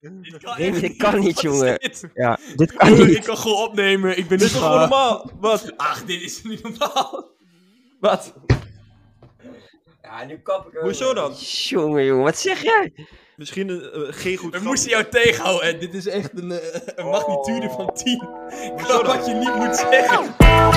Remy, dit kan niet, Wat is jongen. dit? Ja, dit kan niet. Ik kan gewoon opnemen. Ik ben Dit is niet toch gewoon normaal? Wat? Ach, dit is niet normaal. Wat? Ja, nu kap ik Hoezo dan? Jongen, wat zeg jij? Misschien geen goed We grap. moesten jou tegenhouden. En dit is echt een magnitude van 10. Hoezo dan? Wat je niet moet zeggen.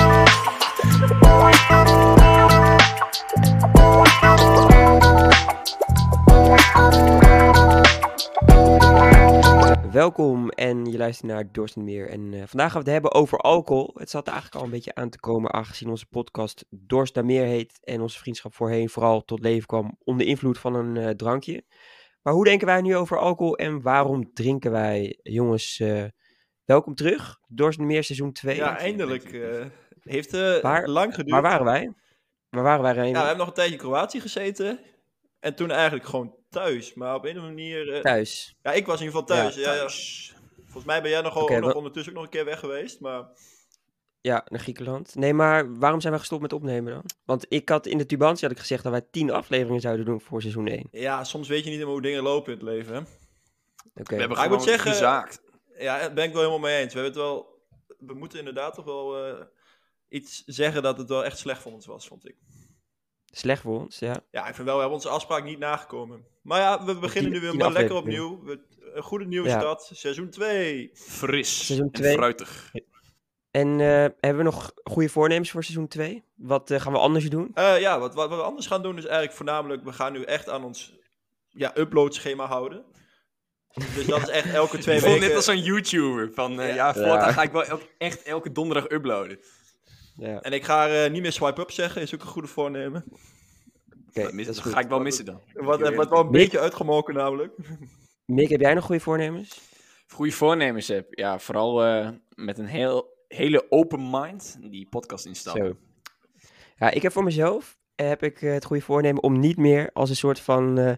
Welkom en je luistert naar Dorst en Meer. En vandaag gaan we het hebben over alcohol. Het zat er eigenlijk al een beetje aan te komen, aangezien onze podcast Dorst en Meer heet. En onze vriendschap voorheen vooral tot leven kwam onder invloed van een drankje. Maar hoe denken wij nu over alcohol en waarom drinken wij? Jongens, welkom terug. Dorst en Meer seizoen 2. Ja, eindelijk. Heeft Waar- lang geduurd. Waar waren wij? Waar waren wij, Remy? Ja, we hebben nog een tijdje in Kroatië gezeten. En toen eigenlijk gewoon thuis. Maar op een of andere manier... Thuis. Ja, ik was in ieder geval thuis. Ja, Ja. Volgens mij ben jij nog ondertussen ook nog een keer weg geweest. Maar Ja, naar Griekenland. Nee, maar waarom zijn we gestopt met opnemen dan? Want ik had in de Tubantie had ik gezegd dat wij 10 afleveringen zouden doen voor seizoen 1. ja, soms weet je niet helemaal hoe dingen lopen in het leven. Hè? Oké. We hebben Maar ik gewoon moet zeggen- gezaakt. Ja, daar ben ik wel helemaal mee eens. We moeten inderdaad toch wel iets zeggen dat het wel echt slecht voor ons was, vond ik. Slecht voor ons, ja. Ja, ik vind wel, we hebben onze afspraak niet nagekomen. Maar ja, we beginnen nu weer 10 maar lekker afleveringen. opnieuw. Een goede nieuwe Ja. start, seizoen 2. Fris Seizoen en 2. fruitig. En hebben we nog goede voornemens voor seizoen 2? Wat gaan we anders doen? Ja, wat we anders gaan doen is eigenlijk voornamelijk, we gaan nu echt aan ons uploadschema houden. Dus dat is echt elke 2 Ik voel weken. net als zo'n YouTuber. Van voortaan ga ik wel echt elke donderdag uploaden. Ja, En ik ga niet meer swipe-up zeggen, is ook een goede voornemen. oké, Dat dat is goed. ga ik wel missen dan. Wat wel een beetje uitgemolken namelijk. Mick, heb jij nog goede voornemens? Goede voornemens heb. Ja, vooral met een hele open mind die podcast instappen. Zo. Ja, ik heb voor mezelf heb ik het goede voornemen om niet meer als een soort van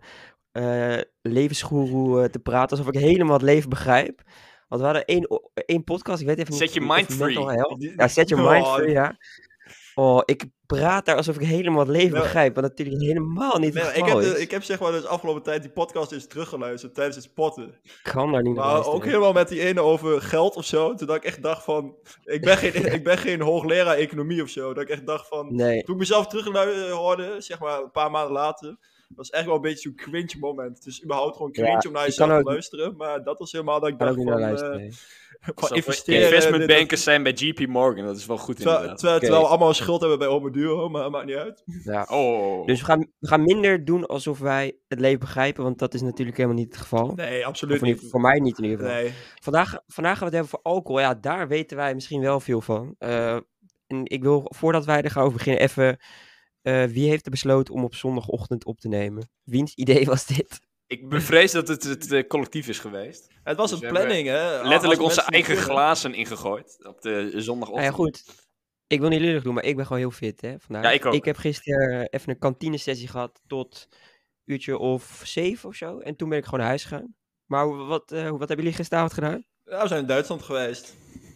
levensgoeroe te praten, alsof ik helemaal het leven begrijp. Want we hadden één podcast, ik weet even niet... Set your mind of free. mental health. Ja, set your mind Oh, free, ja. Oh, ik praat daar alsof ik helemaal het leven Ja. begrijp, wat natuurlijk helemaal niet het Nee, geval is. ik heb zeg maar dus afgelopen tijd die podcast eens teruggeluisterd tijdens het spotten. Ik kan daar niet naar Maar luisteren. ook helemaal met die ene over geld of zo. Toen dat ik echt dacht van, ik ben geen hoogleraar economie of zo. Dat ik echt dacht van, Nee, toen ik mezelf terug hoorde, zeg maar een paar maanden later, was echt wel een beetje zo'n cringe moment. Het is überhaupt gewoon cringe Ja, om naar ik jezelf kan te ook- luisteren. Maar dat was helemaal dat ik ik kan ook dacht niet naar van, luisteren. nee. van Alsof we investeren. Investmentbankers zijn bij JP Morgan, dat is wel goed inderdaad. Terwijl we allemaal schuld hebben bij Ome Duo, maar maakt niet uit. Ja. Oh. Dus we gaan minder doen alsof wij het leven begrijpen, want dat is natuurlijk helemaal niet het geval. Nee, Of absoluut in ieder geval niet. voor mij niet in ieder geval. Nee. Vandaag gaan we het hebben voor alcohol. Ja, daar weten wij misschien wel veel van. En ik wil, voordat wij er gaan over beginnen, even... wie heeft er besloten om op zondagochtend op te nemen? Wiens idee was dit? Ik bevrees dat het collectief is geweest. Het was Dus een we hebben planning, hè. Letterlijk Als onze mensen niet eigen kunnen. glazen ingegooid op de Nou zondagochtend. ja, goed. Ik wil niet lullig doen, maar ik ben gewoon heel fit, hè, vandaag. Ja, ik ook. Ik heb gisteren even een kantinesessie gehad tot uurtje of 7 of zo. En toen ben ik gewoon naar huis gegaan. Maar wat hebben jullie gisteravond gedaan? Ja, we zijn in Duitsland geweest.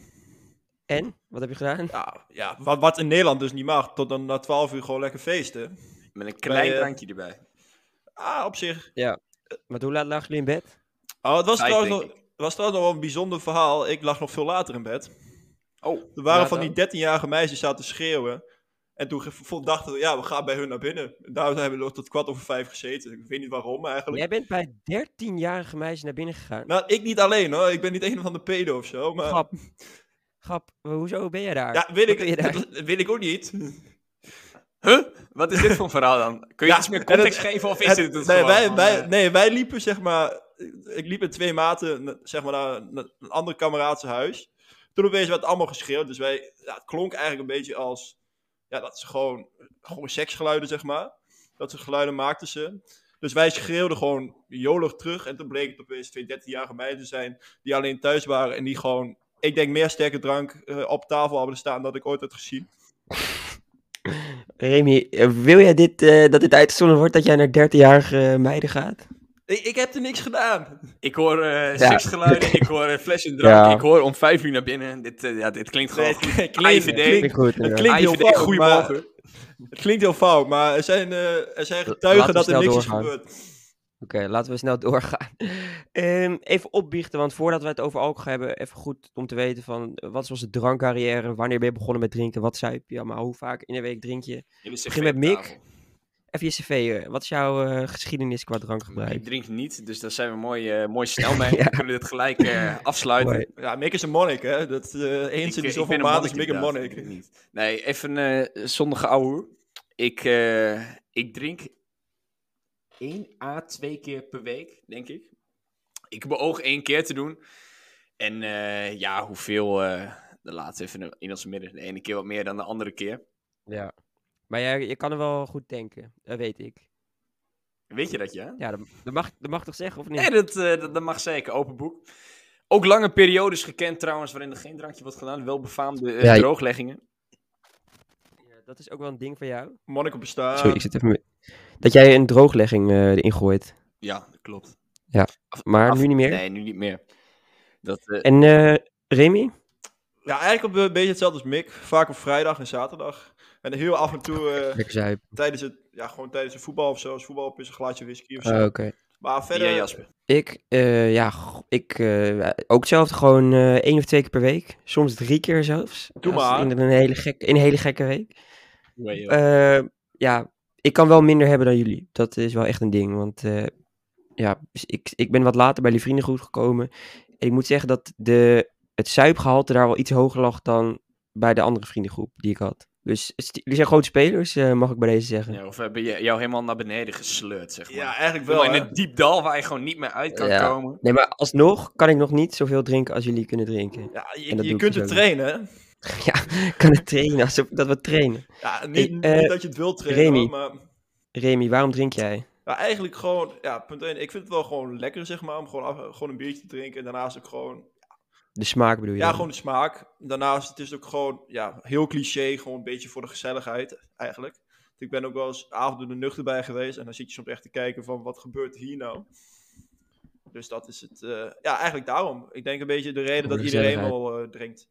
En? Wat heb je gedaan? Ja, wat in Nederland dus niet mag. Tot dan na 12 uur gewoon lekker feesten. Met een klein Bij, drankje erbij. Op zich. Maar hoe laat lagen jullie in bed? Oh, het was Vijf, trouwens, denk nog wel een bijzonder verhaal. Ik lag nog veel later in bed. Oh, Er waren Ja, van dan? die 13-jarige meisjes die zaten te schreeuwen. En toen dachten we, ja, we gaan bij hun naar binnen. En daarom hebben we nog tot 4:15 gezeten. Ik weet niet waarom eigenlijk. Jij bent bij 13-jarige meisjes naar binnen gegaan. Nou, ik niet alleen hoor. Ik ben niet een van de pedo of zo. Maar... Grap, hoezo ben jij daar? Ja, weet Wat doe je daar? dat weet ik ook niet. Huh? Wat is dit voor een verhaal dan? Kun je Ja, iets meer en context het- geven of is Het- dit het nee, gewoon? wij liepen zeg maar... Ik liep met 2 maten zeg maar, naar een andere kameraadse huis. Toen opeens werd het allemaal geschreeuwd. Dus het klonk eigenlijk een beetje als... Ja, dat ze gewoon seksgeluiden, zeg maar. Dat ze geluiden maakten ze. Dus wij schreeuwden gewoon jolig terug. En toen bleek het opeens 2 13-jarige meiden te zijn die alleen thuis waren. En die gewoon, ik denk, meer sterke drank op tafel hadden staan dan ik ooit had gezien. Remy, wil jij dat dit uitgezonden wordt dat jij naar 13-jarige meiden gaat? Ik heb er niks gedaan. Ik hoor seksgeluiden, ik hoor flesjes drank, Ja. ik hoor om 5 uur naar binnen. Dit klinkt gewoon Nee, goed. het klinkt- AIVD. Klinkt goed. Het inderdaad. klinkt heel AIVD, fout, goedemorgen. Het klinkt heel fout, maar er zijn Laten getuigen we dat er snel niks is doorgaan. gebeurd. Oké, laten we snel doorgaan. Even opbiechten, want voordat we het over alcohol hebben, even goed om te weten van wat is onze drankcarrière, wanneer ben je begonnen met drinken, wat zuip je allemaal, hoe vaak in de week drink je? Jullie Begin met Mick. tafel. Even je cv, wat is jouw geschiedenis qua drankgebruik? Ik drink niet, dus daar zijn we mooi snel mee. Ja. We kunnen dit gelijk afsluiten. Mooi. Ja, Mick is een monnik, hè. Dat, eens in de zoveel maanden is Mick een monnik. Niet. Nee, even zonder geouwe. Ik drink 1 à 2 keer per week, denk ik. Ik beoog 1 keer te doen. En hoeveel... de laatste even in ons midden. De ene keer wat meer dan de andere keer. Ja. Maar je kan er wel goed denken, dat weet ik. Weet je dat, ja? Ja, dat mag toch zeggen, of niet? Nee, dat mag zeker. Open boek. Ook lange periodes gekend trouwens, waarin er geen drankje wordt gedaan. Wel befaamde droogleggingen. Ja, dat is ook wel een ding van jou. Monnik op bestaan. Sorry, ik zit even... Dat jij een drooglegging erin gooit. Ja, dat klopt. Maar nu niet meer? Nee, nu niet meer. En Remy? Ja, eigenlijk een beetje hetzelfde als Mick. Vaak op vrijdag en zaterdag. En heel af en toe Lekker zuipen. tijdens het voetbal of zo. Als voetbal op is een glaasje whisky of zo. Oké. Maar verder... Ja, Jasper. Ik ook hetzelfde, gewoon 1 of 2 keer per week. Soms 3 keer zelfs. Doe Als maar. In een hele gekke week. Ik kan wel minder hebben dan jullie. Dat is wel echt een ding. Want dus ik ben wat later bij die vriendengroep gekomen. En ik moet zeggen dat het zuipgehalte daar wel iets hoger lag dan bij de andere vriendengroep die ik had. Dus jullie zijn grote spelers, mag ik bij deze zeggen. Ja, of hebben jou helemaal naar beneden gesleurd, zeg maar. Ja, eigenlijk wel. In hè. een diep dal waar je gewoon niet meer uit kan Ja. komen. Nee, maar alsnog kan ik nog niet zoveel drinken als jullie kunnen drinken. Ja, En je dat doe ik kunt dus het ook trainen, hè? Ja, kan het trainen, alsof dat we trainen. Ja, niet dat je het wilt trainen, Remy. hoor, maar... Remy, waarom drink jij? Ja, eigenlijk gewoon... Ja, punt 1. Ik vind het wel gewoon lekker, zeg maar, om gewoon een biertje te drinken. En daarnaast ook gewoon... De smaak bedoel je? Ja, dan? gewoon de smaak. Daarnaast het is het ook gewoon... Ja, heel cliché. Gewoon een beetje voor de gezelligheid, eigenlijk. Ik ben ook wel eens avonden er nuchter bij geweest. En dan zit je soms echt te kijken van, wat gebeurt hier nou? Dus dat is het... ja, eigenlijk daarom. Ik denk een beetje de reden Voor dat de iedereen gezelligheid. wel drinkt.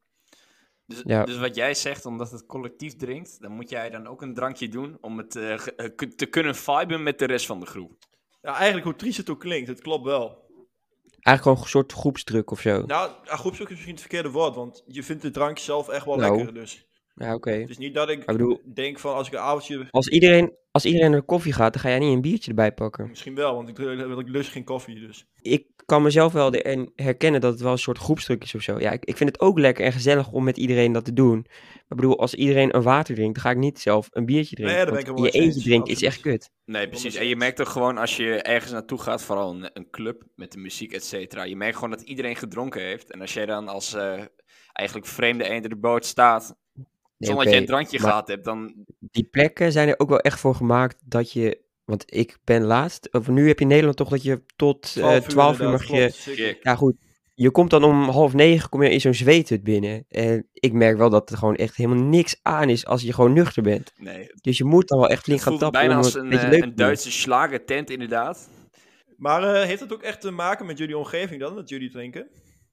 Ja. Dus wat jij zegt, omdat het collectief drinkt, dan moet jij dan ook een drankje doen om het te kunnen viben met de rest van de groep. Ja, eigenlijk hoe triest het ook klinkt, het klopt wel. Eigenlijk gewoon een soort groepsdruk of zo. Nou, groepsdruk is misschien het verkeerde woord, want je vindt de drankje zelf echt wel Nou. lekker. Dus Ja, oké. het is niet dat ik Maar ik bedoel, denk van als ik een avondje... als iedereen naar de koffie gaat, dan ga jij niet een biertje erbij pakken. Misschien wel, want ik lust geen koffie, dus... Ik kan mezelf wel herkennen dat het wel een soort groepsdruk is of zo. Ja, ik vind het ook lekker en gezellig om met iedereen dat te doen. Maar ik bedoel, als iedereen een water drinkt, dan ga ik niet zelf een biertje drinken. Nee, daar ben ik Want het wel je eens eentje eens, drinken is echt kut. Nee, precies. En je merkt toch gewoon als je ergens naartoe gaat, vooral een club met de muziek, et cetera. Je merkt gewoon dat iedereen gedronken heeft. En als jij dan als eigenlijk vreemde eend in de boot staat, zonder dat je een drankje maar gehad hebt, dan... die plekken zijn er ook wel echt voor gemaakt dat je... Want ik ben laatst... Of nu heb je in Nederland toch dat je tot 12 uur mag je... Zeker. Ja goed, je komt dan om 8:30 kom je in zo'n zweethut binnen. En ik merk wel dat er gewoon echt helemaal niks aan is als je gewoon nuchter bent. Nee, Dus je moet dan wel echt flink het gaan voelt tappen bijna om als het een beetje leuk te een doen. Duitse slagertent inderdaad. Maar heeft het ook echt te maken met jullie omgeving dan, dat jullie drinken?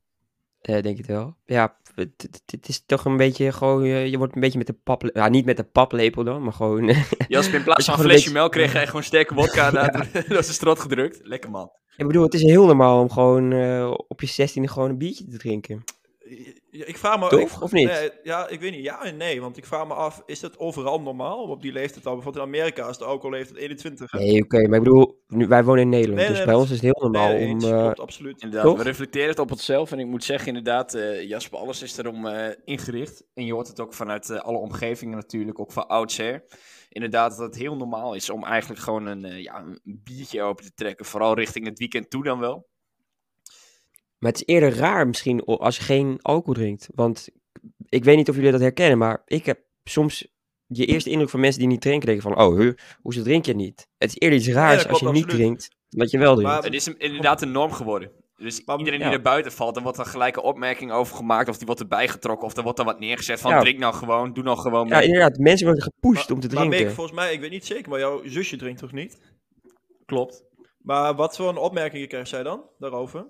Denk het wel. Ja, het is toch een beetje gewoon... Je wordt een beetje met de paplepel... Ja, niet met de paplepel dan, maar gewoon... Jasper, in plaats Dat van je een gewoon flesje een melk kreeg hij gewoon sterke wodka door zijn strot gedrukt. Lekker man. Ik bedoel, het is heel normaal om gewoon op je 16e gewoon een biertje te drinken. Ik vraag me... Toch? Of niet? Nee, ja, ik weet niet. Ja en nee, want ik vraag me af, is dat overal normaal? Op die leeftijd al? Bijvoorbeeld in Amerika is de alcoholleeftijd 21. hè? Nee, oké, maar ik bedoel, wij wonen in Nederland, Nee, dus nee, bij dat ons is het heel normaal Nee, om... eens. Klopt, absoluut. Inderdaad, Toch? we reflecteren het op onszelf. En ik moet zeggen, inderdaad, Jasper, alles is erom ingericht. En je hoort het ook vanuit alle omgevingen natuurlijk, ook van oudsher. Inderdaad, dat het heel normaal is om eigenlijk gewoon een biertje open te trekken. Vooral richting het weekend toe dan wel. Maar het is eerder raar misschien als je geen alcohol drinkt. Want ik weet niet of jullie dat herkennen, maar ik heb soms je eerste indruk van mensen die niet drinken, denken van, oh, hoezo drink je niet? Het is eerder iets raars dat als je klopt, niet absoluut. drinkt, dan dat je wel drinkt. Maar- Het is inderdaad een norm geworden. Dus Maar- iedereen die ja. er buiten valt, er wordt dan gelijk een opmerking over gemaakt. Of die wordt erbij getrokken. Of er wordt dan wat neergezet van, Ja. drink nou gewoon, doe nou gewoon Ja, mee. inderdaad, mensen worden gepusht om te Maar drinken. Mick, volgens mij, ik weet niet zeker, maar jouw zusje drinkt toch niet? Klopt. Maar wat voor een opmerkingen krijgt zij dan daarover?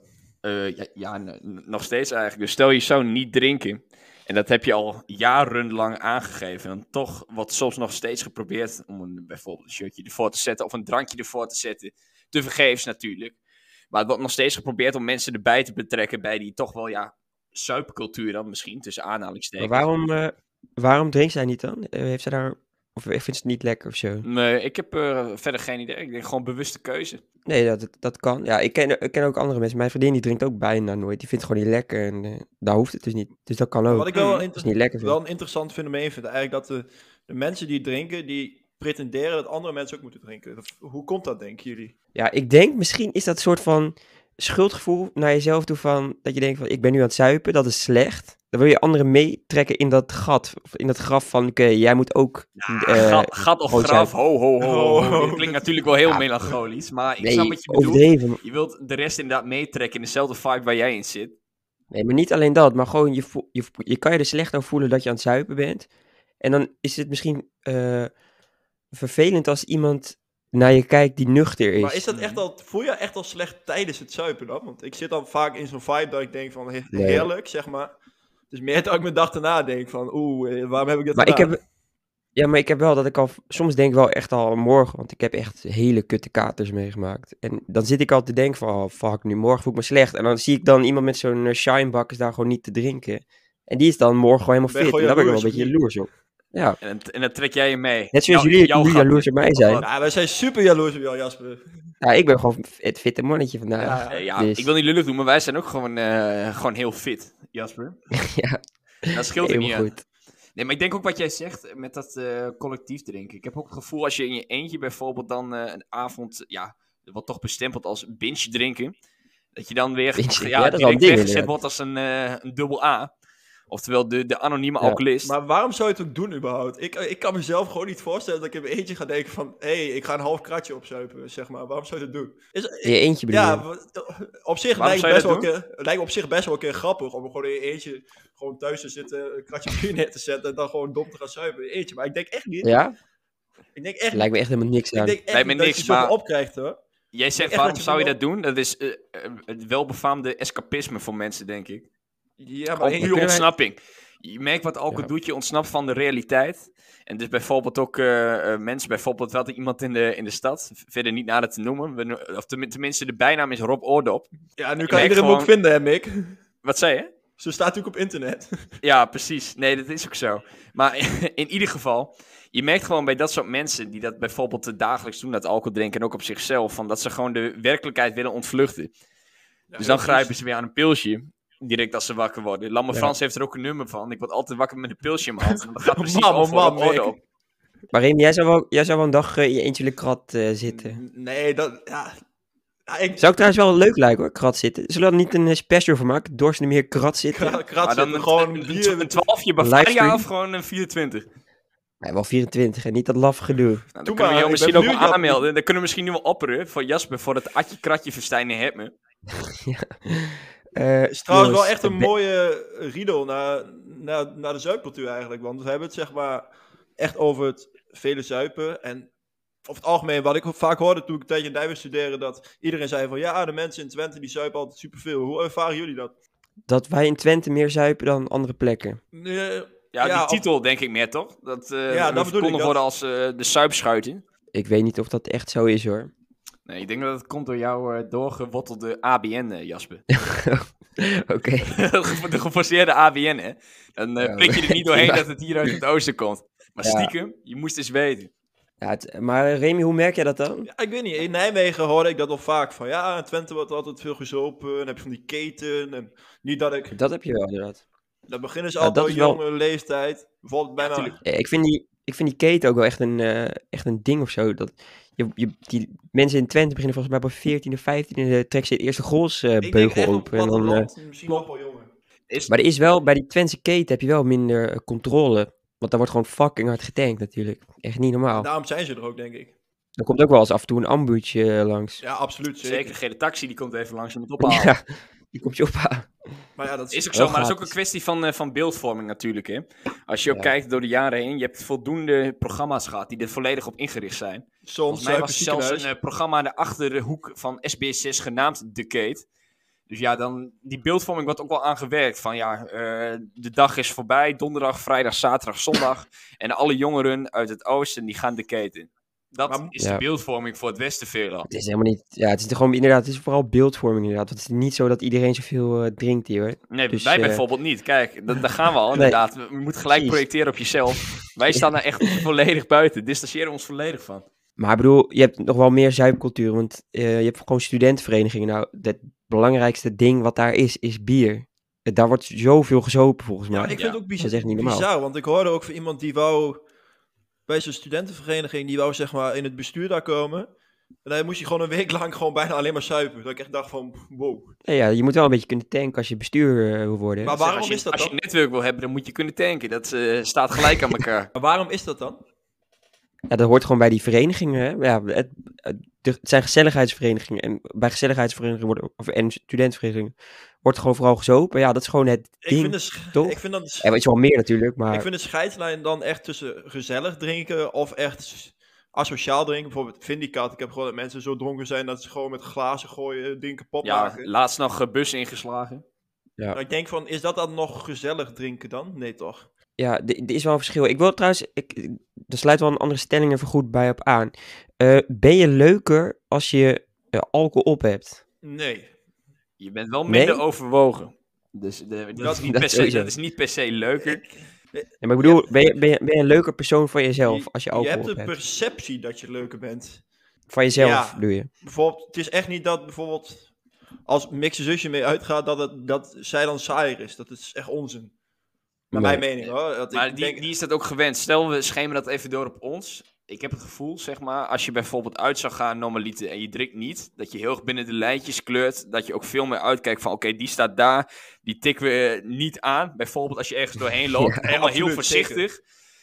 Nog steeds eigenlijk. Dus stel je zou niet drinken. En dat heb je al jarenlang aangegeven. En dan toch wordt soms nog steeds geprobeerd om bijvoorbeeld een shirtje ervoor te zetten. Of een drankje ervoor te zetten. Tevergeefs natuurlijk. Maar het wordt nog steeds geprobeerd om mensen erbij te betrekken bij die toch wel, suipencultuur dan misschien, tussen aanhalingstekens. Maar waarom drinkt zij niet dan? Heeft zij daar... Of vindt ze het niet lekker of zo? Nee, ik heb verder geen idee. Ik denk gewoon bewuste keuze. Nee, dat kan. Ja, ik ken ook andere mensen. Mijn vriendin die drinkt ook bijna nooit. Die vindt het gewoon niet lekker en daar hoeft het dus niet. Dus dat kan ook. Wat ik wel, Dat is niet lekker wel vind. een interessant fenomeen vind, eigenlijk dat de mensen die drinken, die pretenderen dat andere mensen ook moeten drinken. Hoe komt dat, denken jullie? Ja, ik denk misschien is dat een soort van schuldgevoel naar jezelf toe van... Dat je denkt van, ik ben nu aan het zuipen, dat is slecht. Dan wil je anderen meetrekken in dat gat. Of in dat graf van, oké, jij moet ook... Gat of gewoon graf, zuipen. ho. Dit klinkt natuurlijk wel heel melancholisch, maar ik snap wat je bedoelt. overdreven. Je wilt de rest inderdaad meetrekken in dezelfde vibe waar jij in zit. Nee, maar niet alleen dat, maar gewoon je kan je er slecht over voelen dat je aan het zuipen bent. En dan is het misschien vervelend als iemand naar je kijkt die nuchter is. Maar is dat echt voel je echt al slecht tijdens het zuipen dan? Want ik zit dan vaak in zo'n vibe dat ik denk van heerlijk, zeg maar. Dus meer dat ik mijn dag erna denk van waarom heb ik dat gedaan? Maar ik heb wel dat ik al... Soms denk ik wel echt al morgen, want ik heb echt hele kutte katers meegemaakt. En dan zit ik al te denken van, oh fuck, nu morgen voel ik me slecht. En dan zie ik dan iemand met zo'n shinebak is daar gewoon niet te drinken. En die is dan morgen gewoon helemaal Ben je fit. En gewoon daar ben ik wel een jaloers, beetje jaloers op. Ja, En dan trek jij je mee. net zoals Jouw jullie grap. jaloers op mij zijn. Ja, wij zijn super jaloers op jou, Jasper. Ja, ik ben gewoon het fitte mannetje vandaag. Dus- Ik wil niet lullig doen, maar wij zijn ook gewoon heel fit, Jasper. Ja, Dat scheelt er niet helemaal aan. goed. Nee, maar ik denk ook wat jij zegt met dat collectief drinken. Ik heb ook het gevoel als je in je eentje bijvoorbeeld dan een avond, wat toch bestempeld als binge drinken, dat je dan weer Binge, ja, dat is wel direct een ding, weggezet inderdaad. wordt als een dubbel A. Oftewel de anonieme alcoholist. Maar waarom zou je het ook doen überhaupt? Ik kan mezelf gewoon niet voorstellen dat ik in mijn eentje ga denken van... ik ga een half kratje opzuipen, zeg maar. Waarom zou je dat doen? In je eentje bedoel je? Ja, op zich Waarom lijkt zou je het lijkt me op zich best wel een keer grappig... om gewoon in je eentje gewoon thuis te zitten... een kratje bier neer te zetten... en dan gewoon dom te gaan zuipen in je eentje. Maar ik denk echt niet... Ja? Ik denk echt, Lijkt me echt helemaal niks ik aan. denk echt Lijkt me niet dat niks, je zoveel maar- opkrijgt, hoor. Jij zegt echt waarom dat je zou je wel- dat doen? Dat is het welbefaamde escapisme voor mensen, denk ik. Ja, maar Gewoon ik- puur kunnen wij- ontsnapping. Je merkt wat alcohol Ja. doet, je ontsnapt van de realiteit. En dus bijvoorbeeld ook mensen, bijvoorbeeld wel iemand in de stad, verder niet nader te noemen, of tenminste de bijnaam is Rob Oordop. ja, nu je kan merkt iedereen me ook gewoon- vinden, hè, Mick? Wat zei je? Zo staat natuurlijk op internet. Ja, precies. Nee, dat is ook zo. Maar in ieder geval, je merkt gewoon bij dat soort mensen die dat bijvoorbeeld dagelijks doen, dat alcohol drinken en ook op zichzelf, van dat ze gewoon de werkelijkheid willen ontvluchten. Dus dan grijpen ze weer aan een pilsje. Direct als ze wakker worden. Lamme Ja. Frans heeft er ook een nummer van. Ik word altijd wakker met een pilsje in mijn hand. En dat gaat precies Man, over man, op orde Mick. op. Maar Remy, jij zou wel een dag in je eentje in de krat zitten. Nee, dat... Ja, ik... Zou ik trouwens wel leuk lijken hoor, krat zitten. Zullen we er niet een special voor maken? Dorst meer krat zitten? Krat Maar dan zitten, gewoon een bier... 12je Bavaria livestream? of gewoon een 24? Nee, wel 24 en niet dat laf gedoe. Nou, dan Doe kunnen we maar, jou ik misschien ben ook wel benieuwd, aanmelden. Dan kunnen we misschien nu wel opperen voor Jasper. Voor het Atje Kratje Verstijnen het me. Het is trouwens wel jongens, echt een mooie riedel naar de zuipcultuur eigenlijk. Want we hebben het zeg maar echt over het vele zuipen. En over het algemeen, wat ik vaak hoorde toen ik een tijdje in Nijmegen studeerde, dat iedereen zei van ja, de mensen in Twente die zuipen altijd superveel. Hoe ervaren jullie dat? Dat wij in Twente meer zuipen dan andere plekken. Ja, die of- titel denk ik meer, toch? Dat dat we bedoel ik, verkondigd dat- worden als de suipschuiten. Ik weet niet of dat echt zo is hoor. Nee, ik denk dat het komt door jouw doorgewottelde ABN, Jasper. Oké. De geforceerde ABN, hè. Dan Ja, prik je er niet doorheen ja. dat het hier uit het oosten komt. Maar Ja. stiekem, je moest eens weten. Ja, maar Remy, hoe merk jij dat dan? Ja, ik weet niet, in Nijmegen hoorde ik dat al vaak van ja, in Twente wordt altijd veel gezopen. En dan heb je van die keten. En niet dat ik, Dat heb je wel inderdaad. dan beginnen ze Ja, altijd dat op is wel- jonge leeftijd. Bijvoorbeeld bijna... tuurlijk. Ik vind die keten ook wel echt een ding of zo. Dat die mensen in Twente beginnen volgens mij op 14 of 15 trek ze het eerste ik denk echt goalsbeugel op open. En dan, platteland, misschien nog wel jonger. maar er is wel, bij die Twentse keten heb je wel minder controle. Want daar wordt gewoon fucking hard getankt natuurlijk. Echt niet normaal. Daarom zijn ze er ook, denk ik. Er komt ook wel eens af en toe een ambuutje langs. Ja, absoluut, Zeker, zeker. de gele taxi die komt even langs om het ophalen. Ja, die komt je ophalen. Maar ja, dat Is ook Wel zo, maar dat is ook gratis. een kwestie van beeldvorming natuurlijk, hè. Als je ook Ja. kijkt door de jaren heen, je hebt voldoende programma's gehad die er volledig op ingericht zijn. soms Volgens mij was er zelfs ziekenhuis. een programma aan de achterhoek van SBS6 genaamd The Kate. Dus ja, dan, die beeldvorming wordt ook wel aangewerkt. Van ja, de dag is voorbij, donderdag, vrijdag, zaterdag, zondag. En alle jongeren uit het oosten, die gaan de keten. Dat Maar- is de beeldvorming voor het Westen veelal. Het is helemaal niet... Ja, het is gewoon inderdaad... Het is vooral beeldvorming inderdaad. Want het is niet zo dat iedereen zoveel drinkt hier, hoor. Nee, Dus, wij bijvoorbeeld niet. Kijk, daar gaan we al inderdaad. We moeten gelijk Precies. projecteren op jezelf. Wij staan daar echt volledig buiten. Distancieren ons volledig van. Maar ik bedoel, je hebt nog wel meer zuipcultuur. Want je hebt gewoon studentenverenigingen. Nou, het belangrijkste ding wat daar is bier. Daar wordt zoveel gezopen volgens mij. Ja, ik vind het ook Dat is echt niet normaal. bizar, want ik hoorde ook van iemand die wou bij zijn studentenvereniging, die wou zeg maar in het bestuur daar komen. En dan moest hij gewoon een week lang gewoon bijna alleen maar zuipen. Dat ik echt dacht van, wow. Nee, ja, je moet wel een beetje kunnen tanken als je bestuur wil worden. Maar Zeg, waarom als je, is dat als je dan? netwerk wil hebben, dan moet je kunnen tanken. Dat staat gelijk aan elkaar. Maar waarom is dat dan? Ja, dat hoort gewoon bij die verenigingen. Hè? Ja, het zijn gezelligheidsverenigingen. En bij gezelligheidsverenigingen en studentenverenigingen wordt gewoon vooral gezopen. Ja, dat is gewoon het Ik ding. vind, toch? ik vind dat... Er is wel meer natuurlijk, maar... Ik vind de scheidslijn dan echt tussen gezellig drinken of echt asociaal drinken. Bijvoorbeeld Vindicat. Ik heb gewoon dat mensen zo dronken zijn dat ze gewoon met glazen gooien, dingen kapot Ja, maken. laatst nog bus ingeslagen. Maar ik denk van, is dat dan nog gezellig drinken dan? Nee toch? Ja, er is wel een verschil. Ik wil trouwens... Er sluit wel een andere stelling even goed bij op aan. Ben je leuker als je alcohol op hebt? Nee. Je bent wel minder Nee? overwogen. Dus dat is niet per se leuker. Ja, maar ik bedoel, ben je een leuker persoon van jezelf als je Je alcohol hebt op de hebt? perceptie dat je leuker bent. Van jezelf, Ja. bedoel je? Bijvoorbeeld, het is echt niet dat bijvoorbeeld als Mick's zusje mee uitgaat dat zij dan saaier is. Dat is echt onzin. Naar Nee. mijn mening hoor. Dat Maar ik die is dat ook gewend. Stel, we schemen dat even door op ons. Ik heb het gevoel, zeg maar, als je bijvoorbeeld uit zou gaan normaliter en je drinkt niet, dat je heel erg binnen de lijntjes kleurt, dat je ook veel meer uitkijkt van, oké, die staat daar, die tikken we niet aan. Bijvoorbeeld als je ergens doorheen loopt, Ja, helemaal heel absoluut, voorzichtig.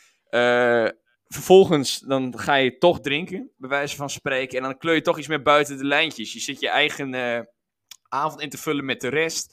Vervolgens, dan ga je toch drinken, bij wijze van spreken, en dan kleur je toch iets meer buiten de lijntjes. Je zit je eigen avond in te vullen met de rest.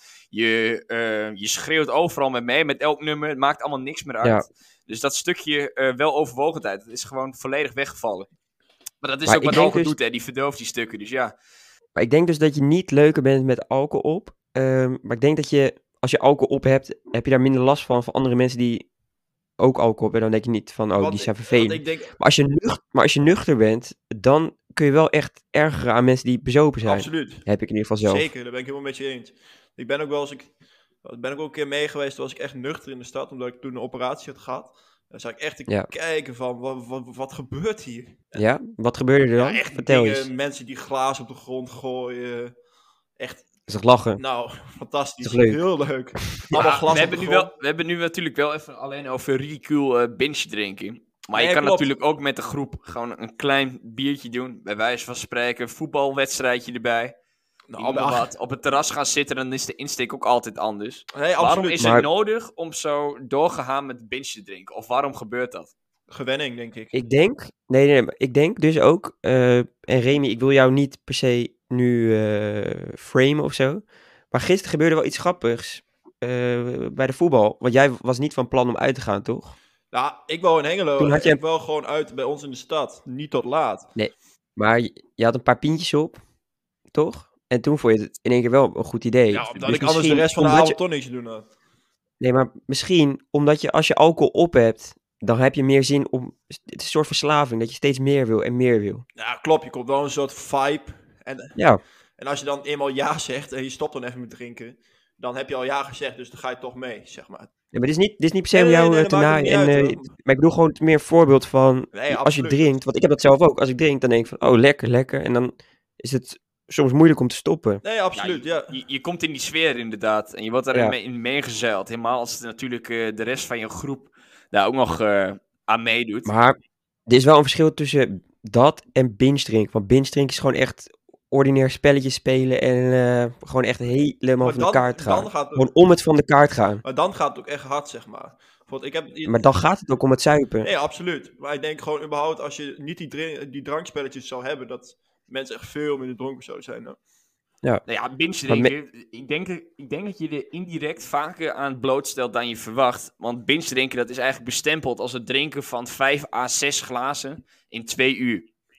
Je schreeuwt overal met mee, met elk nummer. Het maakt allemaal niks meer uit. Ja. Dus dat stukje weloverwogenheid, dat is gewoon volledig weggevallen. Maar dat is Maar ook ik wat denk alcohol dus- doet, hè. Die verdooft die stukken, dus ja. Maar ik denk dus dat je niet leuker bent met alcohol op. Maar ik denk dat je, als je alcohol op hebt, heb je daar minder last van andere mensen die ook alcohol hebben. Dan denk je niet van, oh, Want die zijn want vervelend. ik denk, Maar als je nuchter bent, dan kun je wel echt ergeren aan mensen die bezopen zijn. absoluut. Heb ik in ieder geval zelf. Zeker, daar ben ik helemaal met je eens. Ik ben ook wel eens, ik ben ook wel een keer mee geweest, toen was ik echt nuchter in de stad, omdat ik toen een operatie had gehad. Dan zag ik echt te Ja. kijken van, wat gebeurt hier? Ja? Wat gebeurde er dan? Ja, echt Vertel dingen, eens. mensen die glazen op de grond gooien. Echt, Dat is toch lachen? nou, fantastisch. Toch leuk? Heel leuk. Ja, Allemaal glas we, op de hebben nu grond. we hebben nu natuurlijk wel even alleen over ridicule binge drinken. Maar Nee, je kan klopt. natuurlijk ook met de groep gewoon een klein biertje doen. Bij wijze van spreken, een voetbalwedstrijdje erbij. Nou, Nou, wat. Op het terras gaan zitten, dan is de insteek ook altijd anders. nee, Waarom absoluut. is Maar- het nodig om zo doorgegaan met binge te drinken? Of waarom gebeurt dat? Gewenning, denk ik. Nee, maar ik denk dus ook, en Remy, ik wil jou niet per se nu framen of zo, maar gisteren gebeurde wel iets grappigs bij de voetbal, want jij was niet van plan om uit te gaan, toch? Nou, ik woon in Hengelo. Toen had je- Ik wel gewoon uit bij ons in de stad. Niet tot laat. Maar je had een paar pintjes op, toch? En toen vond je het in één keer wel een goed idee. Ja, omdat Dus ik anders de misschien rest van de omdat avond toch niks te doen had. Nee, maar misschien omdat je als je alcohol op hebt, dan heb je meer zin om... Het is een soort verslaving, dat je steeds meer wil en meer wil. Ja, klopt. Je komt wel een soort vibe. Ja, En als je dan eenmaal ja zegt en je stopt dan even met drinken, dan heb je al ja gezegd, dus dan ga je toch mee, zeg maar. ja maar dit is niet per se om Nee, jou nee, te dat maakt naaien. ook niet En, uit, hoor. maar ik bedoel gewoon meer een voorbeeld van, Nee, als je absoluut. drinkt, want ik heb dat zelf ook. Als ik drink, dan denk ik van, oh, lekker, lekker. En dan is het soms moeilijk om te stoppen. Nee, absoluut, ja. Je komt in die sfeer inderdaad. En je wordt Ja. daarin in meegezeild. Helemaal als het natuurlijk de rest van je groep daar ook nog aan meedoet. Maar er is wel een verschil tussen dat en binge drinken. Want binge drinken is gewoon echt ordinair spelletjes spelen en gewoon echt helemaal van de kaart gaan. dan gaat het, Gewoon om het van de kaart gaan. maar dan gaat het ook echt hard, zeg maar. Want ik heb, Maar dan gaat het ook om het zuipen. Nee, absoluut. Maar ik denk gewoon überhaupt, als je niet die drankspelletjes zou hebben, dat mensen echt veel minder dronken zouden zijn. Hè? Nou ja, binge Maar drinken. Ik denk dat je er indirect vaker aan blootstelt dan je verwacht. Want binge drinken, dat is eigenlijk bestempeld als het drinken van 5 à 6 glazen in 2 uur.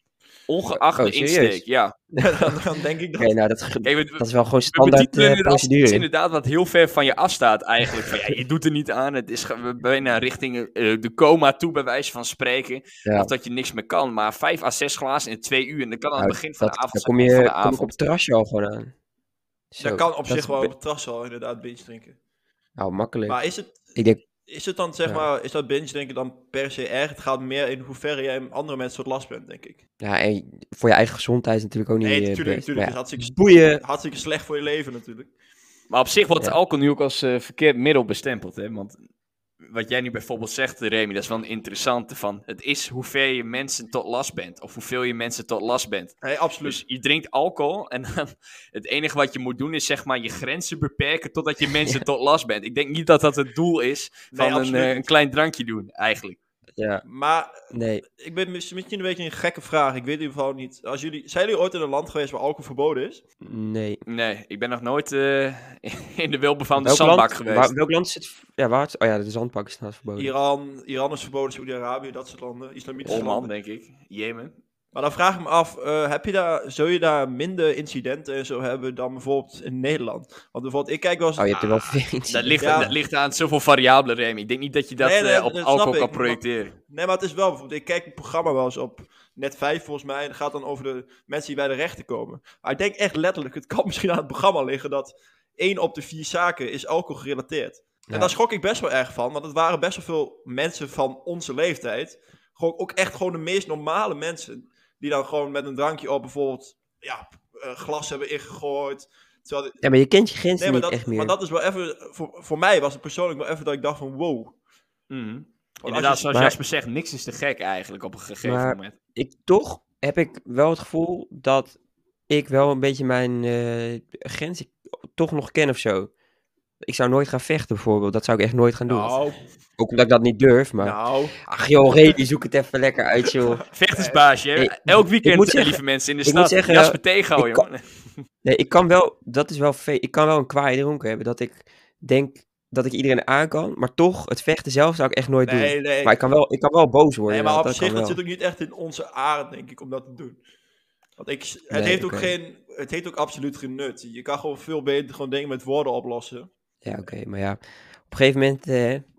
Ongeacht de serieus? insteek, ja. Dan denk ik dat... Oké, nou, dat Kijk, is wel gewoon we standaard betitelen het als iets procedure. inderdaad wat heel ver van je afstaat eigenlijk. Van, ja, je doet er niet aan, het is bijna richting de coma toe bij wijze van spreken. Ja. Of dat je niks meer kan. Maar 5 à 6 glazen in 2 uur en dat kan aan het Nou, begin van de avond dan zijn. kom of van de ik op avond. het terrasje al gewoon aan. Zo, Dat kan op zich is wel be- op het terras al inderdaad binge drinken. Nou, makkelijk. Maar Ik denk, is het dan, zeg Ja. maar, is dat binge drinken dan per se erg? Het gaat meer in hoeverre jij andere mensen tot last bent, denk ik. ja, en voor je eigen gezondheid is het natuurlijk ook niet Nee, natuurlijk, best. natuurlijk. Maar Het is ja, boeien. hartstikke slecht voor je leven natuurlijk. Maar op zich wordt Ja. alcohol nu ook als verkeerd middel bestempeld. Hè? Want wat jij nu bijvoorbeeld zegt, Remy, dat is wel een interessante van. Het is hoeveel je mensen tot last bent. Of hoeveel je mensen tot last bent. Nee, absoluut. Dus je drinkt alcohol en dan het enige wat je moet doen is zeg maar je grenzen beperken totdat je mensen tot last bent. Ik denk niet dat dat het doel is Nee, van absoluut een niet. klein drankje doen eigenlijk. Ja, Maar nee. ik ben misschien een beetje een gekke vraag. Ik weet in ieder geval niet. Zijn jullie ooit in een land geweest waar alcohol verboden is? Nee. Nee, ik ben nog nooit in de welbevonden Welk zandbak land, geweest. welk land is het? Ja, waar het? Oh ja, de zandbak is trouwens verboden. Iran is verboden, Saudi-Arabië, dat soort landen. Islamitische Oman, landen. denk ik. Jemen. Maar dan vraag ik me af, zul je daar minder incidenten en zo hebben dan bijvoorbeeld in Nederland? Want bijvoorbeeld, ik kijk wel eens... Oh, je hebt er wel veel Dat ligt, Ja. dat ligt aan zoveel variabelen, Remy. Ik denk niet dat je dat Nee, op dat snap alcohol ik, kan maar- projecteren. Nee, maar het is wel bijvoorbeeld, ik kijk het programma wel eens op Net 5 volgens mij, en het gaat dan over de mensen die bij de rechter komen. Maar ik denk echt letterlijk, het kan misschien aan het programma liggen dat 1 op de 4 zaken is alcohol gerelateerd. Ja. En daar schrok ik best wel erg van, want het waren best wel veel mensen van onze leeftijd. Gewoon, ook echt gewoon de meest normale mensen, die dan gewoon met een drankje op bijvoorbeeld, glas hebben ingegooid. Terwijl Ja, maar je kent je grenzen nee, maar niet dat, echt meer. maar dat is wel even, voor mij was het persoonlijk wel even dat ik dacht van wow. Mhm. als Inderdaad, je- zoals maar- Jasper zegt, niks is te gek eigenlijk op een gegeven Maar- moment. Toch heb ik wel het gevoel dat ik wel een beetje mijn grenzen toch nog ken of zo. Ik zou nooit gaan vechten bijvoorbeeld. Dat zou ik echt nooit gaan doen. Nou, Ook omdat ik dat niet durf, maar... nou. Ach joh, Redi, zoek het even lekker uit, joh. Vechtersbaasje, hè? ik- Elk ik weekend, moet zeggen- lieve mensen, in de ik stad. moet zeggen, Jasper tegenhouden, ik kan- jongen. Nee, ik kan wel... Dat is wel ik kan wel een kwaai dronken hebben. Dat ik denk dat ik iedereen aan kan. Maar toch, het vechten zelf zou ik echt nooit doen. Nee. Maar ik kan wel boos worden. Nee, maar op dat zich, kan dat wel. zit ook niet echt in onze aard, denk ik, om dat te doen. Want het Nee, heeft ook oké. het heeft ook absoluut geen nut. Je kan gewoon veel beter gewoon dingen met woorden oplossen. Ja, oké. Maar ja, op een gegeven moment...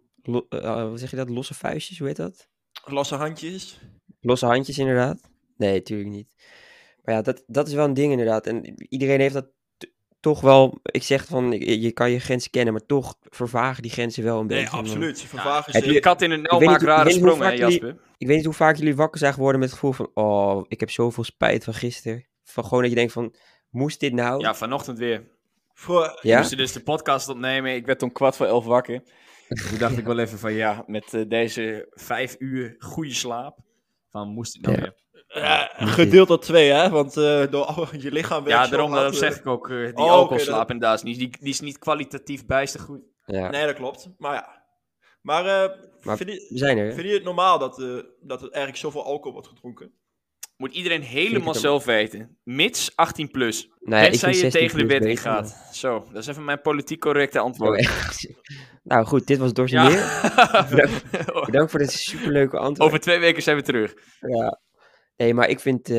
hoe zeg je dat? Losse vuistjes, hoe heet dat? Losse handjes. Losse handjes inderdaad. Nee, natuurlijk niet. Maar ja, dat is wel een ding inderdaad. En iedereen heeft dat toch wel... Ik zeg van, je kan je grenzen kennen, maar toch vervagen die grenzen wel een Nee, beetje. absoluut. Ze vervagen heb zich. De kat in een nel weet maakt niet- rare ik weet niet hoe sprongen, hè, vaak jullie- Jasper? Ik weet niet hoe vaak jullie wakker zijn geworden met het gevoel van... Oh, ik heb zoveel spijt van gisteren. Van gewoon dat je denkt van, moest dit nou? Ja, vanochtend weer. Voor, We Ja? moesten dus de podcast opnemen. Ik werd om 11:15 wakker. Toen dacht ik wel even van ja, met deze 5 uur goede slaap. Van moest het nou Ja. weer? gedeeld door 2, hè? Want door je lichaam werkt Ja, zo daarom hard, zeg ik ook. Die oké, alcoholslaap inderdaad is niet, die is niet kwalitatief bijster goed. Ja, Nee, dat klopt. Maar ja. Maar, Maar vind we zijn er. hè? je het normaal dat er eigenlijk zoveel alcohol wordt gedronken? Moet iedereen Vind helemaal ik het zelf weten. Mits 18 plus. Nou ja, ik Tenzij vind je 16 tegen de plus wet beter, ingaat. Zo, dat is even mijn politiek correcte maar- antwoord. Oh, echt. Nou goed, dit was Dorst en Meer. Bedankt voor dit superleuke antwoord. Over 2 weken zijn we terug. Ja. Nee, maar ik vind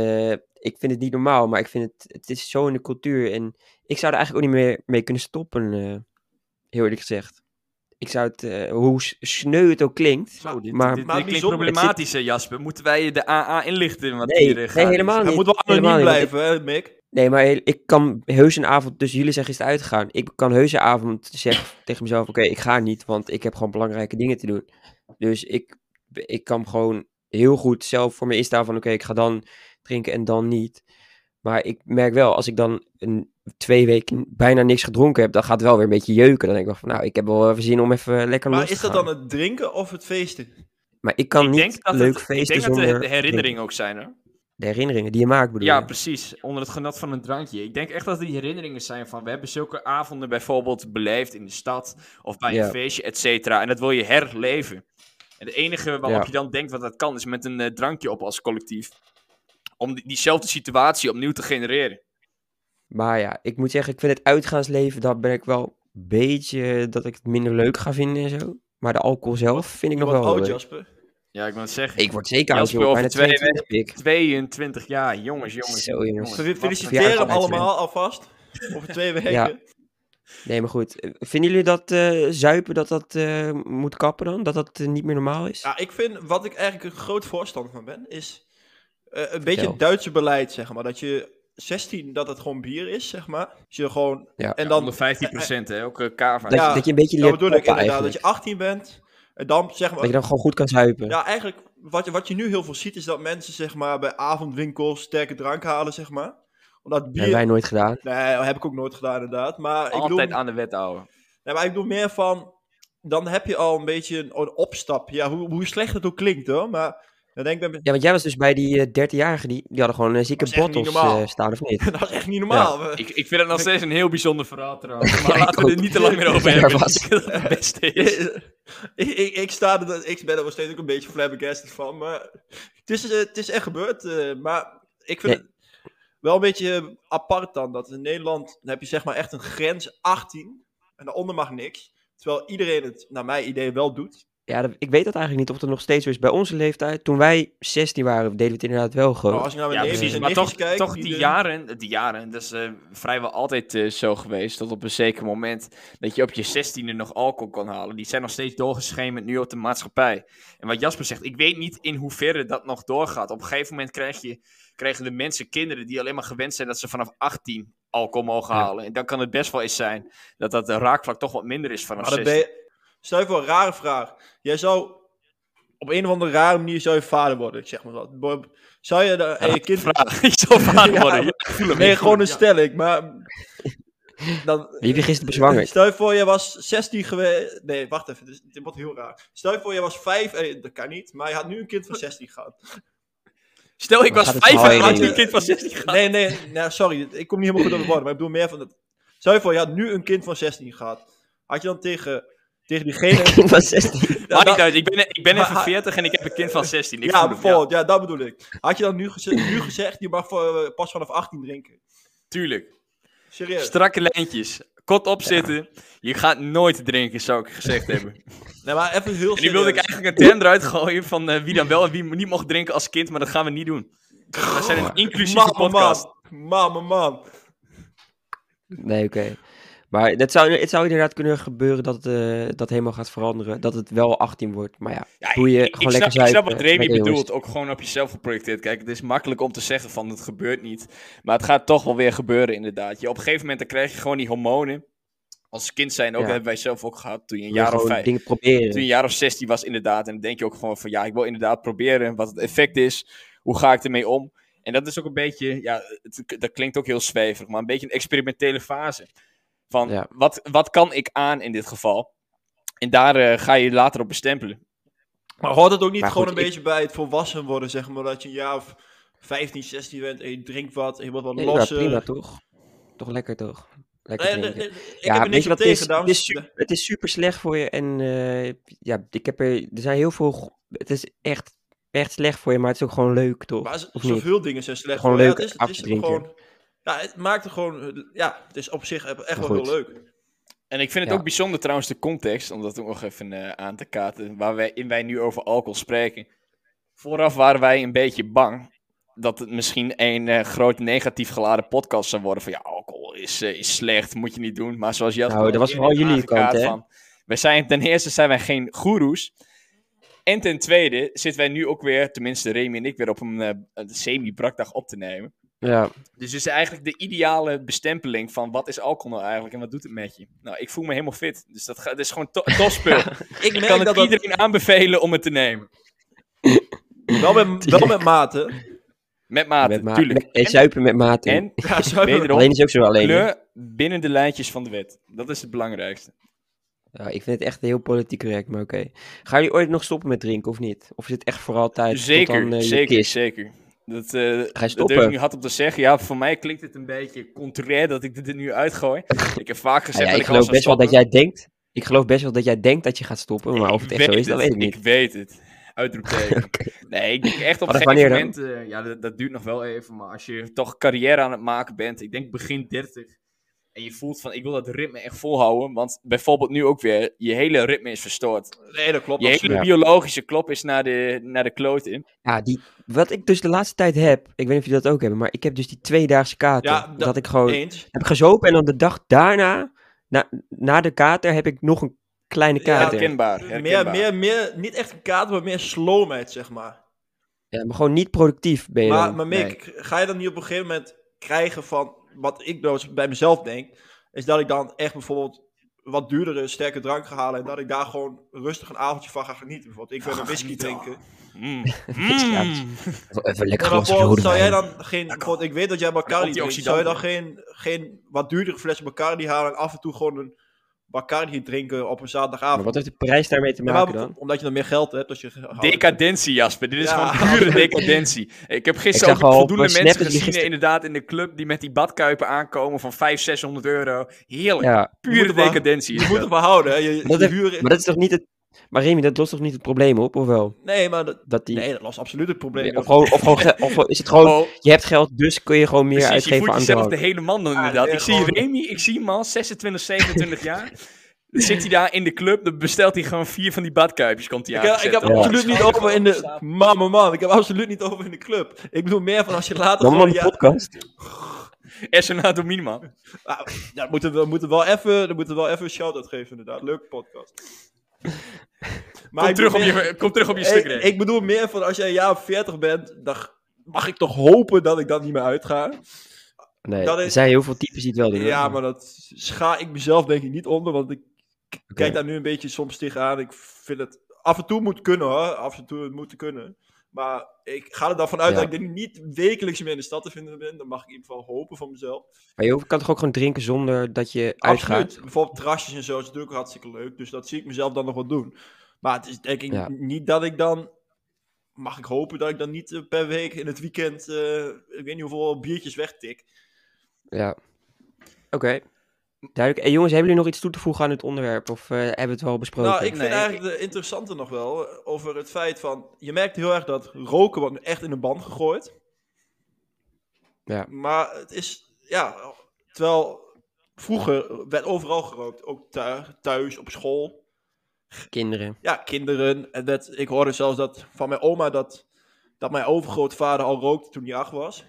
het niet normaal, maar ik vind het is zo in de cultuur. En ik zou er eigenlijk ook niet meer mee kunnen stoppen, heel eerlijk gezegd. Ik zou het, hoe sneu het ook klinkt. Zo, dit maar klinkt bijzonder, problematisch, hè, Jasper. Moeten wij de AA inlichten? Wat Nee, hier nee, gaat? helemaal Het niet. moet wel Helemaal anoniem niet, want blijven, hè, Mick? Nee, maar ik kan heus een avond, dus jullie zeggen is het uitgegaan. Ik kan heus een avond zeggen tegen mezelf, oké, ik ga niet, want ik heb gewoon belangrijke dingen te doen. Dus ik kan gewoon heel goed zelf voor me instaan van, oké, ik ga dan drinken en dan niet. Maar ik merk wel, als ik dan 2 weken bijna niks gedronken heb, dan gaat het wel weer een beetje jeuken. Dan denk ik wel van, nou, ik heb wel even zin om even lekker los Maar te is dat gaan. dan het drinken of het feesten? Maar ik kan Ik niet denk dat leuk het, feesten ik denk dat zonder de herinneringen drinken. ook zijn, hoor. De herinneringen die je maakt, bedoel Ja, je? precies. Onder het genot van een drankje. Ik denk echt dat die herinneringen zijn van... We hebben zulke avonden bijvoorbeeld beleefd in de stad... of bij Ja. een feestje, et cetera. En dat wil je herleven. En het enige waarop Ja. je dan denkt wat dat kan... is met een drankje op als collectief. Om diezelfde situatie opnieuw te genereren. Maar ja, ik moet zeggen, ik vind het uitgaansleven, daar ben ik wel een beetje dat ik het minder leuk ga vinden en zo. Maar de alcohol zelf vind ik nog Wat wel oud, leuk. Jasper? Ja, ik moet het zeggen. Ik word zeker aan Jasper het over bijna 22 pik. 22 jaar, jongens. Zo, jongens. Feliciteer Ja, hem altijd, allemaal alvast. Over 2 weken. Ja. Nee, maar goed. Vinden jullie dat zuipen, dat moet kappen dan? Dat niet meer normaal is? Ja, ik vind, wat ik eigenlijk een groot voorstander van ben, is een beetje Vertel. het Duitse beleid, zeg maar. Dat je 16, dat het gewoon bier is, zeg maar. Dus je gewoon... Ja. En dan... Onder 15%, hè? Ook kava. Dat, Ja, dat je een beetje Dat leert bedoel ik kappen inderdaad. Dat eigenlijk. je 18 bent. En dan, zeg maar... Dat je dan gewoon goed kan zuipen. Ja, eigenlijk, wat je nu heel veel ziet, is dat mensen, zeg maar, bij avondwinkels sterke drank halen, zeg maar. Omdat Dat bier... hebben wij nooit gedaan. Nee, dat heb ik ook nooit gedaan, inderdaad. Maar ik bedoel... Altijd aan de wet houden. Nee, maar ik bedoel meer van... Dan heb je al een beetje een opstap. Ja, hoe slecht het ook klinkt, hoor. Maar dan denk ik bij Ja, want jij was dus bij die 13-jarigen, die hadden gewoon zieke Dat is echt niet bottles normaal. staan, of niet? dat is echt niet normaal. Ik vind het nog steeds een heel bijzonder verhaal trouwens. Maar Ja, laten ik we er ook. niet te lang meer over Ja, hebben. was. Ik denk dat het het beste is. Ik ben er nog steeds ook een beetje flabbergasted van. Maar het is echt gebeurd. Maar ik vind Nee. het wel een beetje apart dan. Dat in Nederland dan heb je zeg maar echt een grens 18. En daaronder mag niks. Terwijl iedereen het, naar mijn idee, wel doet. Ja, ik weet dat eigenlijk niet of het nog steeds zo is. Bij onze leeftijd, toen wij 16 waren, deden we het inderdaad wel gewoon. Maar als je naar mijn Ja, neefjes precies. en Maar nichtjes kijkt... toch die jaren, dat is vrijwel altijd zo geweest. Tot op een zeker moment dat je op je 16e nog alcohol kon halen. Die zijn nog steeds doorgeschemerd nu op de maatschappij. En wat Jasper zegt, ik weet niet in hoeverre dat nog doorgaat. Op een gegeven moment krijgen de mensen kinderen die alleen maar gewend zijn dat ze vanaf 18 alcohol mogen Ja. halen. En dan kan het best wel eens zijn dat dat raakvlak toch wat minder is vanaf Maar dan 16. ben je... Stel je voor, een rare vraag. Jij zou... Op een of andere rare manier zou je vader worden, ik zeg maar wat. Zou je je kind... Vraag. Ik zal vader Ja, worden. maar- Ja, ik voel hem. Nee, Ik voel gewoon hem, een ja. stelling, maar... Dan, Wie heb je gisteren bezwangerd? Stel je voor, je was 16 geweest... Nee, wacht even, dit wordt heel raar. Stel je voor, je was 5... dat kan niet, maar je had nu een kind van 16 gehad. Stel, ik Maar was gaat het 5 verhaal en had heen? nu een kind van 16 gehad. Nee, sorry, ik kom niet helemaal goed op de woorden, maar ik bedoel meer van... Stel je voor, je had nu een kind van 16 gehad. Had je dan tegen diegene... Van 16. Ja, Maakt dat- niet uit, ik ben even Maar- 40 en ik heb een kind van 16. Ik ja, voel hem, bijvoorbeeld, ja, dat bedoel ik. Had je dan nu gezegd, je mag pas vanaf 18 drinken? Tuurlijk. Serieus? Strakke lijntjes. Kot opzitten. Je gaat nooit drinken, zou ik gezegd hebben. Nee, maar even heel En nu serieus. wilde ik eigenlijk een term eruit gooien van wie dan wel en wie niet mocht drinken als kind, maar dat gaan we niet doen. We zijn een inclusieve podcast. Man. Nee, oké. Maar het zou inderdaad kunnen gebeuren dat helemaal gaat veranderen. Dat het wel 18 wordt. Maar ja, Ja, doe je ik gewoon snap, lekker ik snap zuipen. wat Remy Lekker, jongens. bedoelt, ook gewoon op jezelf geprojecteerd. Kijk, het is makkelijk om te zeggen van het gebeurt niet. Maar het gaat toch wel weer gebeuren inderdaad. Op een gegeven moment dan krijg je gewoon die hormonen. Als kind zijn ook, Ja. dat hebben wij zelf ook gehad toen je een Doe je jaar of gewoon 5... dingen proberen. Toen je een jaar of 16 was inderdaad. En dan denk je ook gewoon van ja, ik wil inderdaad proberen wat het effect is. Hoe ga ik ermee om? En dat is ook een beetje, ja, dat klinkt ook heel zweverig, maar een beetje een experimentele fase. Van Ja. wat kan ik aan in dit geval? En daar ga je later op bestempelen. Maar hoort het ook niet Maar gewoon goed, een beetje bij het volwassen worden, zeg maar, dat je een jaar of 15, 16 bent en je drinkt wat en je wordt wat Nee, losser. ja, prima toch? Toch lekker toch? Lekker Nee, drinken. ik Ja, heb er weet niks je op wat het is? tegen, dames. Het is super slecht voor je. En ja, er zijn heel veel... Het is echt slecht voor je, maar het is ook gewoon leuk, toch? Maar Of niet? zoveel dingen zijn slecht. Gewoon voor je. leuk Ja, het af is te drinken. gewoon... Ja, het maakt er gewoon... Ja, het is op zich echt wel Goed. heel leuk. En ik vind het Ja. ook bijzonder trouwens de context, om dat ook nog even aan te kaarten, waarin wij nu over alcohol spreken. Vooraf waren wij een beetje bang dat het misschien een groot negatief geladen podcast zou worden van ja, alcohol is slecht, moet je niet doen. Maar zoals Jasper Nou, dat was eerder vooral jullie aangekaart kant, hè? van, ten eerste zijn wij geen goeroes. En ten tweede zitten wij nu ook weer, tenminste Remy en ik, weer op een semi-brakdag op te nemen. Ja, Dus het is eigenlijk de ideale bestempeling van wat is alcohol nou eigenlijk en wat doet het met je. Nou, ik voel me helemaal fit, dus dat is gewoon topspul. Ik Ik merk kan het dat iedereen aanbevelen om het te nemen. wel met mate. Met mate, tuurlijk. zuipen met mate. En Ja, zo wederom, Alleen is ook zo alleen. hè? kleur binnen de lijntjes van de wet. Dat is het belangrijkste. Ja, ik vind het echt heel politiek correct, maar oké. Gaan jullie ooit nog stoppen met drinken of niet? Of is het echt voor altijd tot Zeker, dan, je zeker, kist? zeker. Dat je durf stoppen? ik nu hard op te zeggen. Ja, voor mij klinkt het een beetje contrair dat ik dit er nu uitgooi. Ik heb vaak gezegd Ja, dat ik ik al geloof zou best wel dat stoppen. jij denkt. Ik geloof best wel dat jij denkt dat je gaat stoppen, maar of het echt zo is, dat weet ik niet. Ik weet het. Uitroepteken. Nee, ik denk echt op een Maar gegeven wanneer moment... ja, dat duurt nog wel even. Maar als je toch carrière aan het maken bent... Ik denk begin 30. En je voelt van, ik wil dat ritme echt volhouden. Want bijvoorbeeld nu ook weer, je hele ritme is verstoord. Nee, dat klopt. Je absoluut. hele biologische klok is naar de kloot in. Ja, wat ik dus de laatste tijd heb, ik weet niet of jullie dat ook hebben, maar ik heb dus die 2-daagse kater. Ja, dat ik gewoon Eens. heb gezopen en dan de dag daarna, na de kater, heb ik nog een kleine kater. Herkenbaar. Meer, niet echt een kater, maar meer slowheid, zeg maar. Ja, maar gewoon niet productief ben je dan. Maar Mick, ga je dan niet op een gegeven moment krijgen van, wat ik dus bij mezelf denk, is dat ik dan echt bijvoorbeeld wat duurdere, sterke drank ga halen en dat ik daar gewoon rustig een avondje van ga genieten. Bijvoorbeeld, ik ben een whisky drinken. Even lekker Maar glas bijvoorbeeld, rode zou jij wijn. dan geen, bijvoorbeeld, ik weet dat jij Bacardi drinkt, zou je dan geen wat duurdere fles Bacardi halen en af en toe gewoon een Bacardi drinken op een zaterdagavond? Maar wat heeft de prijs daarmee te Ja, maken maar dan? omdat je dan meer geld hebt. Als je Decadentie, Jasper. Dit is Ja. gewoon pure decadentie. Ik heb gisteren Ik zag ook al voldoende op Snap mensen dat die gezien inderdaad in de club die met die badkuipen aankomen van 500-600 euro. Heerlijk. Ja, Pure decadentie. je is moet dat. ervan houden. Hè. Dat Je heeft- huren... maar dat is toch niet het... Maar Remy, dat lost toch niet het probleem op, of wel? Nee, maar dat Dat lost absoluut het probleem. Of gewoon is het gewoon... Oh, Je hebt geld, dus kun je gewoon meer precies, je uitgeven voelt aan jezelf drank. de hele man dan inderdaad. nee, Ik zie gewoon- Remy, ik zie hem al, 26, 27 jaar. Dan zit hij daar in de club, dan bestelt hij gewoon 4 van die badkuipjes, komt hij Ik heb aanzetten. Ja. absoluut niet over in de... Man, ik heb absoluut niet over in de club. Ik bedoel meer van als je later Dan gewoon... een podcast. Essenato Minima. Ja, we moeten wel even een shout-out geven inderdaad. Leuke podcast. Maar Kom ik terug, bedoel kom terug op je stuk, meer, Remy. ik bedoel meer van als jij een jaar of 40 bent, dan mag ik toch hopen dat ik dan niet meer uitga. Nee, Dat is- er zijn heel veel types die het wel doen. Ja, hoor. maar dat scha ik mezelf denk ik niet onder, want ik kijk daar nu een beetje soms tegenaan. Ik vind het af en toe moet kunnen hoor, af en toe het moet kunnen. Maar ik ga er dan vanuit Ja. dat ik niet wekelijks meer in de stad te vinden ben. Dan mag ik in ieder geval hopen van mezelf. Maar je kan toch ook gewoon drinken zonder dat je uitgaat? Absoluut. Bijvoorbeeld terrasjes en zo is natuurlijk hartstikke leuk. Dus dat zie ik mezelf dan nog wel doen. Maar het is denk ik Ja. niet dat ik dan... Mag ik hopen dat ik dan niet per week in het weekend... ik weet niet hoeveel biertjes wegtik. Ja. Oké. Duidelijk. En jongens, hebben jullie nog iets toe te voegen aan het onderwerp? Of hebben we het wel besproken? Nou, ik vind Nee, eigenlijk de interessante nog wel over het feit van... Je merkt heel erg dat roken wordt nu echt in de band gegooid. Ja. Maar het is... Ja, terwijl vroeger werd overal gerookt. Ook thuis, op school. Kinderen. Ja, kinderen. En ik hoorde zelfs dat van mijn oma dat mijn overgrootvader al rookte toen hij 8 was.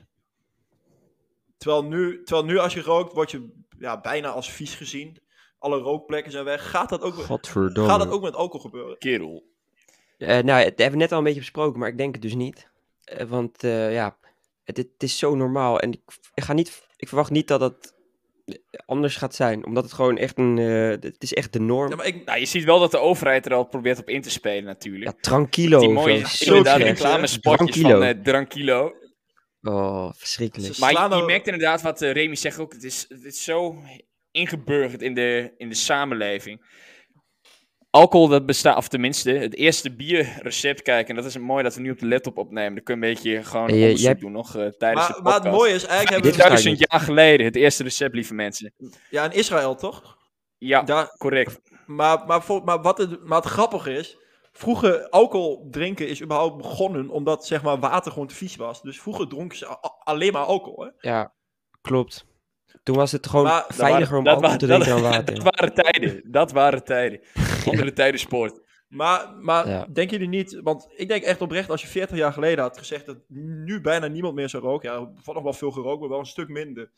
Terwijl nu als je rookt, word je bijna als vies gezien. Alle rookplekken zijn weg. Gaat dat Godverdomme. ook met alcohol gebeuren? Kerel. Nou, dat hebben we net al een beetje besproken, maar ik denk het dus niet. Want het is zo normaal. En ik verwacht niet dat het anders gaat zijn. Omdat het gewoon echt het is echt de norm. Ja, maar ik, Nou, je ziet wel dat de overheid er al probeert op in te spelen natuurlijk. Ja, tranquilo. Die of mooie zo. inderdaad slecht. reclamespotjes Drankilo. van Drankilo. Oh, verschrikkelijk. Ze Maar slaan je nou- merkt inderdaad wat Remy zegt ook. Het is zo ingeburgerd in de samenleving. Alcohol, dat bestaat, of tenminste, het eerste bierrecept kijken. En dat is het mooi dat we nu op de laptop opnemen. Dan kun je een beetje gewoon Hey, onderzoek jij- doen nog tijdens de maar podcast. het mooie is, eigenlijk hebben Dit we... versta ik 1000 jaar geleden, het eerste recept, lieve mensen. Ja, in Israël toch? Ja, Daar, correct. maar wat het grappige is... Vroeger, alcohol drinken is überhaupt begonnen omdat zeg maar water gewoon te vies was. Dus vroeger dronken ze alleen maar alcohol. Hè? Ja, klopt. Toen was het gewoon Maar- veiliger om alcohol te drinken dan water. Dat waren tijden. Andere tijden sport. Maar Ja. denken jullie niet, want ik denk echt oprecht als je 40 jaar geleden had gezegd dat nu bijna niemand meer zou roken. Ja, er wordt nog wel veel gerookt, maar wel een stuk minder.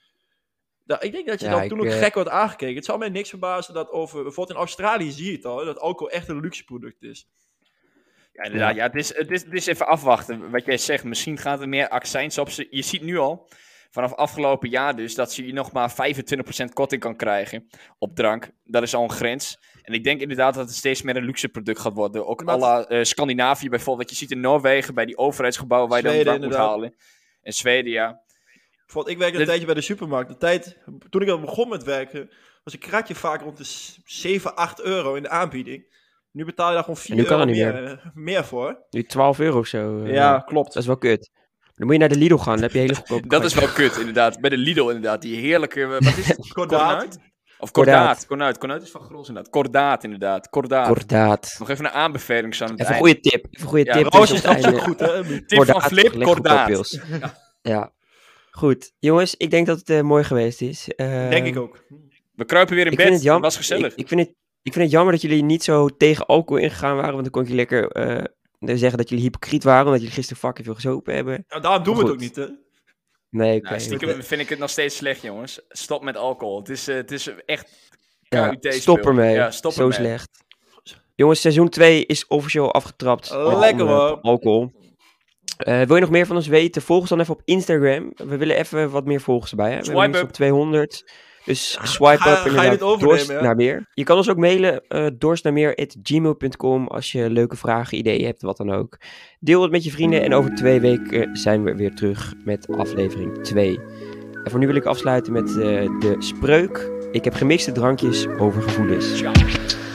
Nou, ik denk dat je Ja, dan ik, toen ook gek wordt aangekeken. Het zou mij niks verbazen dat bijvoorbeeld in Australië zie je het al, hè, dat alcohol echt een luxe product is. Ja, inderdaad. Ja, het is even afwachten. Wat jij zegt, misschien gaat er meer accijns op. Je ziet nu al, vanaf afgelopen jaar dus, dat je nog maar 25% korting kan krijgen op drank. Dat is al een grens. En ik denk inderdaad dat het steeds meer een luxe product gaat worden. Ook Maar à la Scandinavië bijvoorbeeld. Wat je ziet in Noorwegen, bij die overheidsgebouwen waar je dan Zweden, drank moet inderdaad. halen. En Zweden, ja. Bijvoorbeeld, ik werkte een tijdje bij de supermarkt. Toen ik al begon met werken, was een kratje vaak rond de 7, 8 euro in de aanbieding. Nu betaal je daar gewoon 4 En nu kan euro dat niet meer voor. Nu 12 euro of zo. Ja, klopt. Dat is wel kut. Dan moet je naar de Lidl gaan, dan heb je hele goedkope Dat is kratjes. wel kut, inderdaad. Bij de Lidl, inderdaad. Die heerlijke... Wat is het? Kordaat. Of Kordaat. Kornuit is van Gros, inderdaad. Kordaat, inderdaad. Kordaat. Kordaat. Nog even een aanbeveling zo aan het Even een einde. goede tip. Even een goede Ja, tip. Trouwens dus is op dat het zo einde- goed, hè? Tip van Kordaat, Flip, lekker Kordaat. goedkoop pils. Ja. Goed, jongens, ik denk dat het mooi geweest is. Denk ik ook. We kruipen weer in Ik bed. vind het jammer. Dat was gezellig. Ik vind het jammer dat jullie niet zo tegen alcohol ingegaan waren, want dan kon ik je lekker zeggen dat jullie hypocriet waren, omdat jullie gisteren fucking veel gezopen hebben. Nou, daarom doen we het Goed. ook niet, hè? Nee, oké. Nou, stiekem vind ik het nog steeds slecht, jongens. Stop met alcohol. Het is echt Ja, KUT-spul. stop ermee. Ja, stop Zo ermee. slecht. Jongens, seizoen 2 is officieel afgetrapt. met het Lekker, onderwerp hoor. alcohol. Wil je nog meer van ons weten? Volg ons dan even op Instagram. We willen even wat meer volgers erbij. Hè? We Swipe hebben nu up. op 200. Dus swipe Ga up je inderdaad. dit overnemen, Dorst ja? naar meer. Je kan ons ook mailen. dorstnaarmeer@gmail.com als je leuke vragen, ideeën hebt, wat dan ook. Deel het met je vrienden. En over 2 weken zijn we weer terug met aflevering 2. En voor nu wil ik afsluiten met de spreuk. Ik heb gemixte drankjes over gevoelens. Ciao.